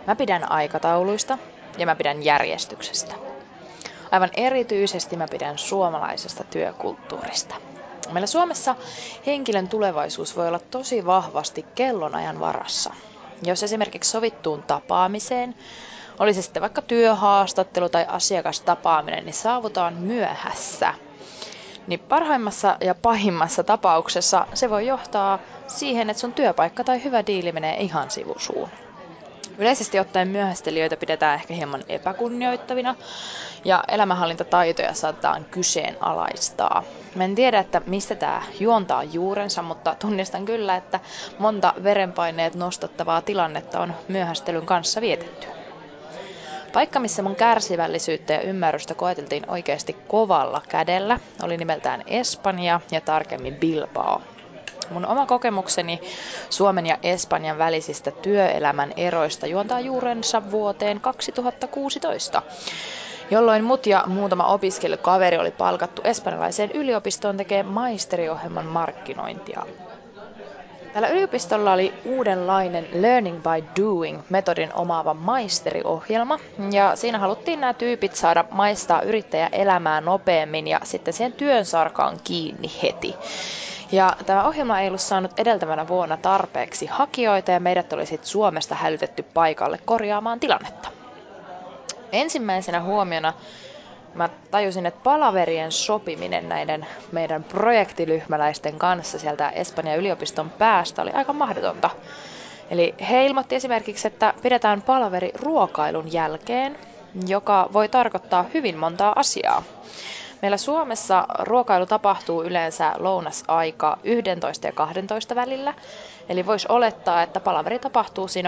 Mä pidän aikatauluista ja mä pidän järjestyksestä. Aivan erityisesti mä pidän suomalaisesta työkulttuurista. Meillä Suomessa henkilön tulevaisuus voi olla tosi vahvasti kellonajan varassa. Jos esimerkiksi sovittuun tapaamiseen, oli se sitten vaikka työhaastattelu tai asiakastapaaminen, niin saavutaan myöhässä. Niin parhaimmassa ja pahimmassa tapauksessa se voi johtaa siihen, että sun työpaikka tai hyvä diili menee ihan sivusuun. Yleisesti ottaen myöhästelijöitä pidetään ehkä hieman epäkunnioittavina ja elämänhallintataitoja saatetaan kyseenalaistaa. Mä en tiedä, että mistä tämä juontaa juurensa, mutta tunnistan kyllä, että monta verenpaineet nostattavaa tilannetta on myöhästelyn kanssa vietetty. Paikka, missä mun kärsivällisyyttä ja ymmärrystä koeteltiin oikeasti kovalla kädellä, oli nimeltään Espanja ja tarkemmin Bilbao. Mun oma kokemukseni Suomen ja Espanjan välisistä työelämän eroista juontaa juurensa vuoteen 2016, jolloin mut ja muutama opiskelukaveri oli palkattu espanjalaiseen yliopistoon tekemään maisteriohjelman markkinointia. Tällä yliopistolla oli uudenlainen Learning by Doing-metodin omaava maisteriohjelma, ja siinä haluttiin nämä tyypit saada maistaa yrittäjäelämää nopeammin ja sitten siihen työn sarkaan kiinni heti. Ja tämä ohjelma ei ollut saanut edeltävänä vuonna tarpeeksi hakijoita ja meidät oli sitten Suomesta hälytetty paikalle korjaamaan tilannetta. Ensimmäisenä huomiona mä tajusin, että palaverien sopiminen näiden meidän projektilyhmäläisten kanssa sieltä Espanjan yliopiston päästä oli aika mahdotonta. Eli he ilmoitti esimerkiksi, että pidetään palaveri ruokailun jälkeen, joka voi tarkoittaa hyvin montaa asiaa. Meillä Suomessa ruokailu tapahtuu yleensä lounasaika 11 ja 12 välillä, eli voisi olettaa, että palaveri tapahtuu siinä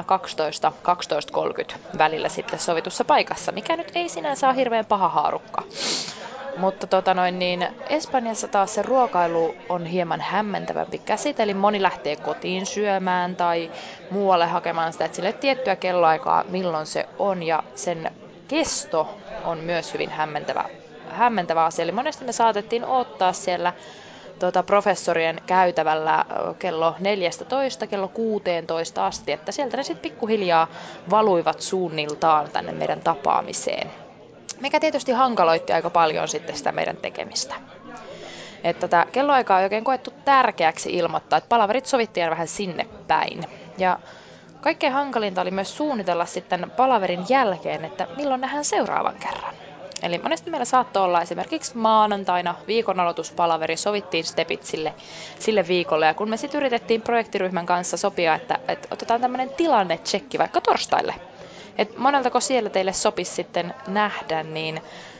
12-12.30 välillä sitten sovitussa paikassa, mikä nyt ei sinänsä ole hirveän paha haarukka. Mutta Espanjassa taas se ruokailu on hieman hämmentävämpi käsite, eli moni lähtee kotiin syömään tai muualle hakemaan sitä, että sille ei tiettyä kelloaikaa milloin se on, ja sen kesto on myös hyvin hämmentävä asia. Eli monesti me saatettiin odottaa siellä professorien käytävällä kello 14, kello 16 asti, että sieltä ne sitten pikkuhiljaa valuivat suunniltaan tänne meidän tapaamiseen. Mikä tietysti hankaloitti aika paljon sitten sitä meidän tekemistä. Että tätä kelloaikaa on oikein koettu tärkeäksi ilmoittaa, että palaverit sovittiin vähän sinne päin. Ja kaikkein hankalinta oli myös suunnitella sitten palaverin jälkeen, että milloin nähdään seuraavan kerran. Eli monesti meillä saattoi olla esimerkiksi maanantaina viikonaloituspalaveri, sovittiin stepit sille viikolle. Ja kun me sitten yritettiin projektiryhmän kanssa sopia, että otetaan tämmöinen tilannetsekki vaikka torstaille. Että moneltako siellä teille sopisi sitten nähdä, niin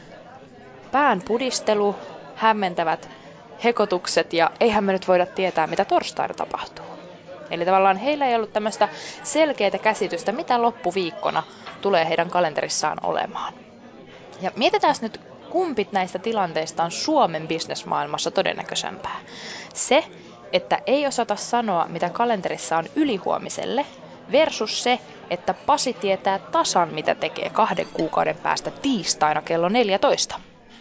pään pudistelu, hämmentävät hekotukset ja eihän me nyt voida tietää, mitä torstaina tapahtuu. Eli tavallaan heillä ei ollut tämmöistä selkeää käsitystä, mitä loppuviikkona tulee heidän kalenterissaan olemaan. Ja mietitään nyt, kumpi näistä tilanteista on Suomen bisnesmaailmassa todennäköisempää. Se, että ei osata sanoa, mitä kalenterissa on ylihuomiselle, versus se, että Pasi tietää tasan, mitä tekee 2 kuukauden päästä tiistaina kello 14.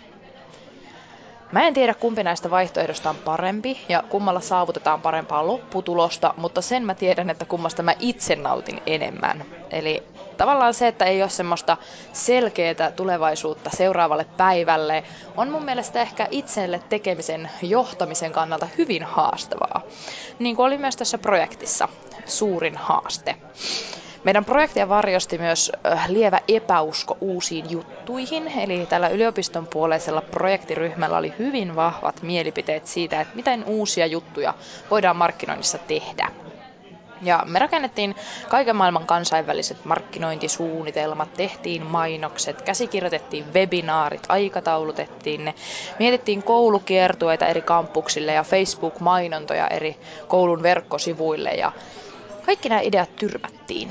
Mä en tiedä, kumpi näistä vaihtoehdosta on parempi ja kummalla saavutetaan parempaa lopputulosta, mutta sen mä tiedän, että kummasta mä itse nautin enemmän. Eli tavallaan se, että ei ole semmoista selkeää tulevaisuutta seuraavalle päivälle, on mun mielestä ehkä itselle tekemisen johtamisen kannalta hyvin haastavaa. Niin kuin oli myös tässä projektissa suurin haaste. Meidän projektia varjosti myös lievä epäusko uusiin juttuihin, eli tällä yliopiston puoleisella projektiryhmällä oli hyvin vahvat mielipiteet siitä, että miten uusia juttuja voidaan markkinoinnissa tehdä. Ja me rakennettiin kaiken maailman kansainväliset markkinointisuunnitelmat, tehtiin mainokset, käsikirjoitettiin webinaarit, aikataulutettiin ne, mietittiin koulukiertueita eri kampuksille ja Facebook-mainontoja eri koulun verkkosivuille ja kaikki nämä ideat tyrmättiin.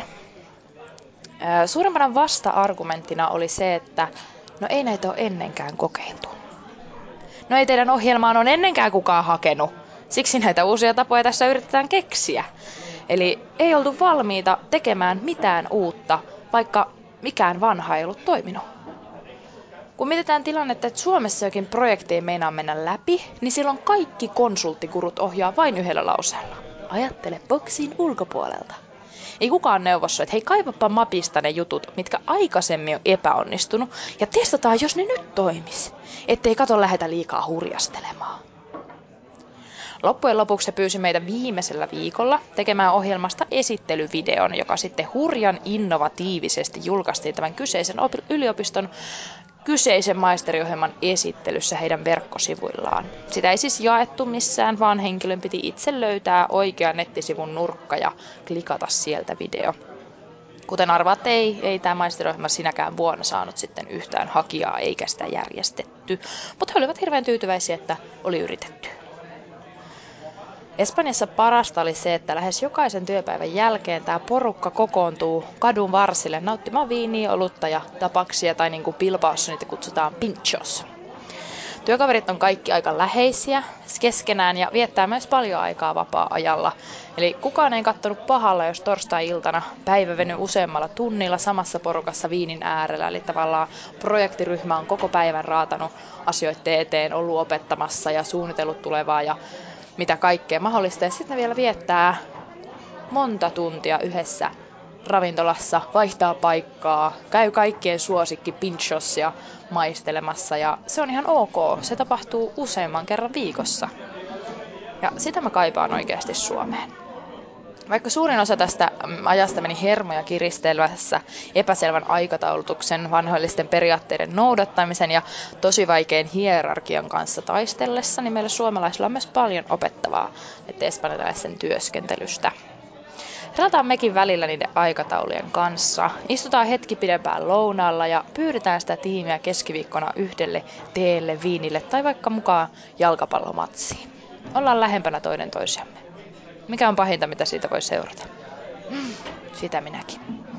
Suurempana vasta-argumenttina oli se, että no ei näitä ole ennenkään kokeiltu. No ei teidän ohjelmaan ole ennenkään kukaan hakenut, siksi näitä uusia tapoja tässä yritetään keksiä. Eli ei oltu valmiita tekemään mitään uutta, vaikka mikään vanha ei ollut toiminut. Kun mietitään tilannetta, että Suomessa jokin projekti ei meinaa mennä läpi, niin silloin kaikki konsulttikurut ohjaa vain yhdellä lauseella. Ajattele boksin ulkopuolelta. Ei kukaan neuvossa, että hei kaivapa mapista ne jutut, mitkä aikaisemmin on epäonnistunut, ja testataan, jos ne nyt toimis. Ettei kato lähetä liikaa hurjastelemaan. Loppujen lopuksi se pyysi meitä viimeisellä viikolla tekemään ohjelmasta esittelyvideon, joka sitten hurjan innovatiivisesti julkaistiin tämän kyseisen yliopiston kyseisen maisteriohjelman esittelyssä heidän verkkosivuillaan. Sitä ei siis jaettu missään, vaan henkilön piti itse löytää oikea nettisivun nurkka ja klikata sieltä video. Kuten arvaatte, ei tämä maisteriohjelma sinäkään vuonna saanut sitten yhtään hakijaa eikä sitä järjestetty, mutta he olivat hirveän tyytyväisiä, että oli yritetty. Espanjassa parasta oli se, että lähes jokaisen työpäivän jälkeen tämä porukka kokoontuu kadun varsille nauttimaan viiniä, olutta ja tapaksia, tai niin kuin Bilbaossa niitä kutsutaan pinchos. Työkaverit on kaikki aika läheisiä keskenään ja viettää myös paljon aikaa vapaa-ajalla. Eli kukaan ei kattonut pahalla, jos torstai-iltana päivä venyi useammalla tunnilla samassa porukassa viinin äärellä. Eli tavallaan projektiryhmä on koko päivän raatanut asioiden eteen, ollut opettamassa ja suunnitellut tulevaa ja mitä kaikkea mahdollista. Ja sitten ne vielä viettää monta tuntia yhdessä ravintolassa, vaihtaa paikkaa, käy kaikkien suosikki pinchossia maistelemassa ja se on ihan ok. Se tapahtuu useamman kerran viikossa. Ja sitä mä kaipaan oikeasti Suomeen. Vaikka suurin osa tästä ajasta meni hermoja kiristelevässä epäselvän aikataulutuksen, vanhoillisten periaatteiden noudattamisen ja tosi vaikean hierarkian kanssa taistellessa, niin meillä suomalaisilla on myös paljon opettavaa espanjalaisen työskentelystä. Pelataan mekin välillä niiden aikataulujen kanssa, istutaan hetki pidempään lounaalla ja pyydetään sitä tiimiä keskiviikkona yhdelle teelle, viinille tai vaikka mukaan jalkapallomatsiin. Ollaan lähempänä toinen toisiamme. Mikä on pahinta, mitä siitä voi seurata? Sitä minäkin.